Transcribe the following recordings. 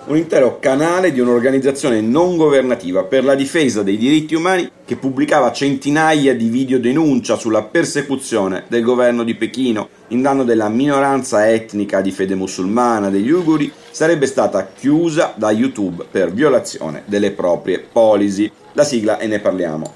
un intero canale di un'organizzazione non governativa per la difesa dei diritti umani che pubblicava centinaia di video denuncia sulla persecuzione del governo di Pechino in danno della minoranza etnica di fede musulmana degli uiguri, sarebbe stata chiusa da YouTube per violazione delle proprie policy. La sigla e ne parliamo.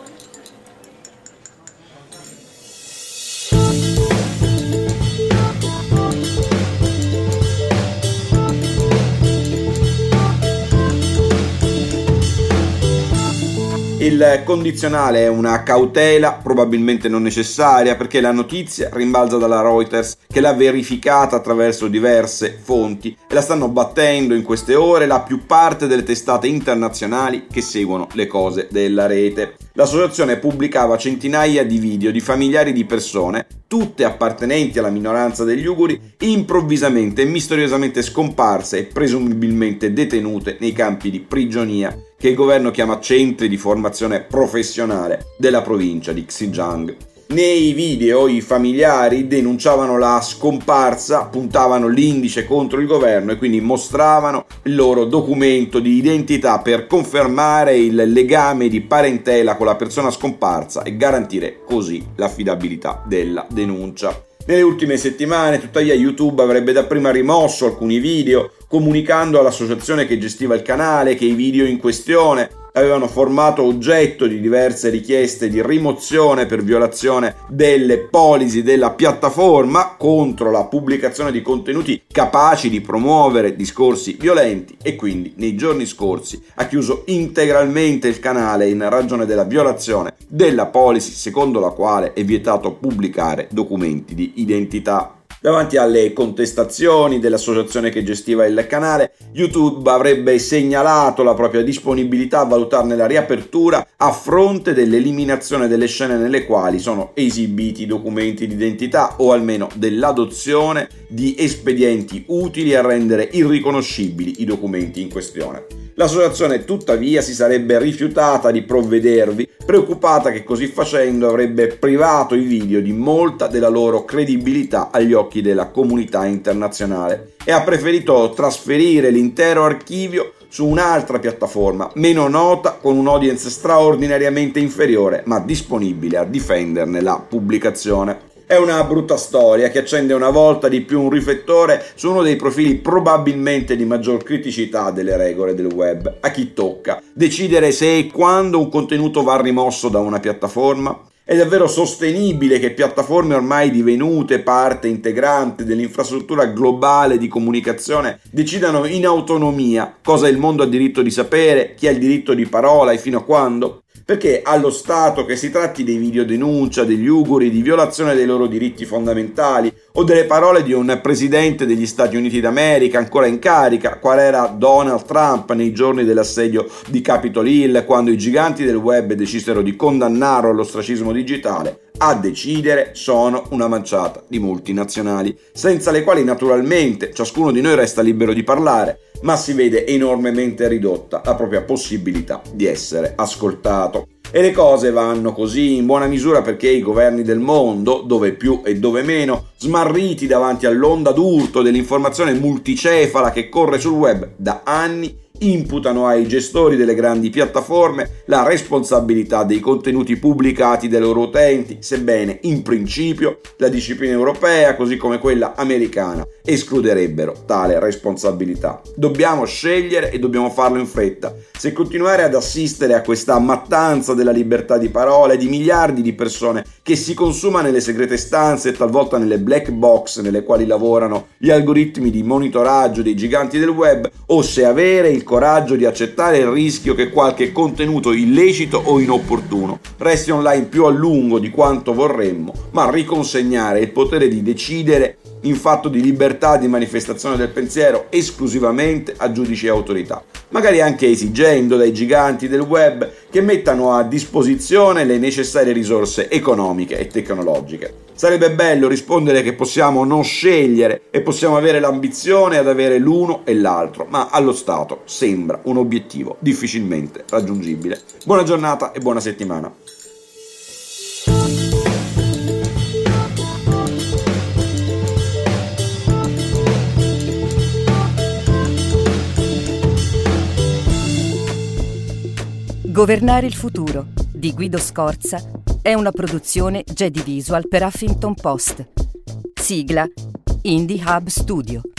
Il condizionale è una cautela probabilmente non necessaria, perché la notizia rimbalza dalla Reuters, che l'ha verificata attraverso diverse fonti, e la stanno battendo in queste ore la più parte delle testate internazionali che seguono le cose della rete. L'associazione pubblicava centinaia di video di familiari di persone, tutte appartenenti alla minoranza degli uiguri, improvvisamente e misteriosamente scomparse e presumibilmente detenute nei campi di prigionia che il governo chiama centri di formazione professionale della provincia di Xinjiang. Nei video i familiari denunciavano la scomparsa, puntavano l'indice contro il governo e quindi mostravano il loro documento di identità per confermare il legame di parentela con la persona scomparsa e garantire così l'affidabilità della denuncia. Nelle ultime settimane, tuttavia, YouTube avrebbe dapprima rimosso alcuni video, comunicando all'associazione che gestiva il canale che i video in questione avevano formato oggetto di diverse richieste di rimozione per violazione delle policy della piattaforma contro la pubblicazione di contenuti capaci di promuovere discorsi violenti, e quindi nei giorni scorsi ha chiuso integralmente il canale in ragione della violazione della policy secondo la quale è vietato pubblicare documenti di identità. Davanti alle contestazioni dell'associazione che gestiva il canale, YouTube avrebbe segnalato la propria disponibilità a valutarne la riapertura a fronte dell'eliminazione delle scene nelle quali sono esibiti documenti di identità, o almeno dell'adozione di espedienti utili a rendere irriconoscibili i documenti in questione. L'associazione tuttavia si sarebbe rifiutata di provvedervi, preoccupata che così facendo avrebbe privato i video di molta della loro credibilità agli occhi della comunità internazionale, e ha preferito trasferire l'intero archivio su un'altra piattaforma meno nota, con un audience straordinariamente inferiore, ma disponibile a difenderne la pubblicazione. È una brutta storia che accende una volta di più un riflettore su uno dei profili probabilmente di maggior criticità delle regole del web. A chi tocca decidere se e quando un contenuto va rimosso da una piattaforma? È davvero sostenibile che piattaforme ormai divenute parte integrante dell'infrastruttura globale di comunicazione decidano in autonomia cosa il mondo ha diritto di sapere, chi ha il diritto di parola e fino a quando? Perché allo Stato, che si tratti dei video denuncia degli uiguri, di violazione dei loro diritti fondamentali, o delle parole di un presidente degli Stati Uniti d'America ancora in carica, qual era Donald Trump nei giorni dell'assedio di Capitol Hill, quando i giganti del web decisero di condannarlo all'ostracismo digitale, a decidere sono una manciata di multinazionali, senza le quali naturalmente ciascuno di noi resta libero di parlare, ma si vede enormemente ridotta la propria possibilità di essere ascoltato. E le cose vanno così in buona misura perché i governi del mondo, dove più e dove meno, smarriti davanti all'onda d'urto dell'informazione multicefala che corre sul web da anni, imputano ai gestori delle grandi piattaforme la responsabilità dei contenuti pubblicati dai loro utenti, sebbene in principio la disciplina europea, così come quella americana, escluderebbero tale responsabilità. Dobbiamo scegliere e dobbiamo farlo in fretta. Se continuare ad assistere a questa mattanza della libertà di parola e di miliardi di persone che si consuma nelle segrete stanze e talvolta nelle black box nelle quali lavorano gli algoritmi di monitoraggio dei giganti del web, o se avere il coraggio di accettare il rischio che qualche contenuto illecito o inopportuno resti online più a lungo di quanto vorremmo, ma riconsegnare il potere di decidere in fatto di libertà di manifestazione del pensiero esclusivamente a giudici e autorità, magari anche esigendo dai giganti del web che mettano a disposizione le necessarie risorse economiche e tecnologiche. Sarebbe bello rispondere che possiamo non scegliere e possiamo avere l'ambizione ad avere l'uno e l'altro, ma allo stato sembra un obiettivo difficilmente raggiungibile. Buona giornata e buona settimana. Governare il futuro di Guido Scorza è una produzione Jedi Visual per Huffington Post. Sigla Indie Hub Studio.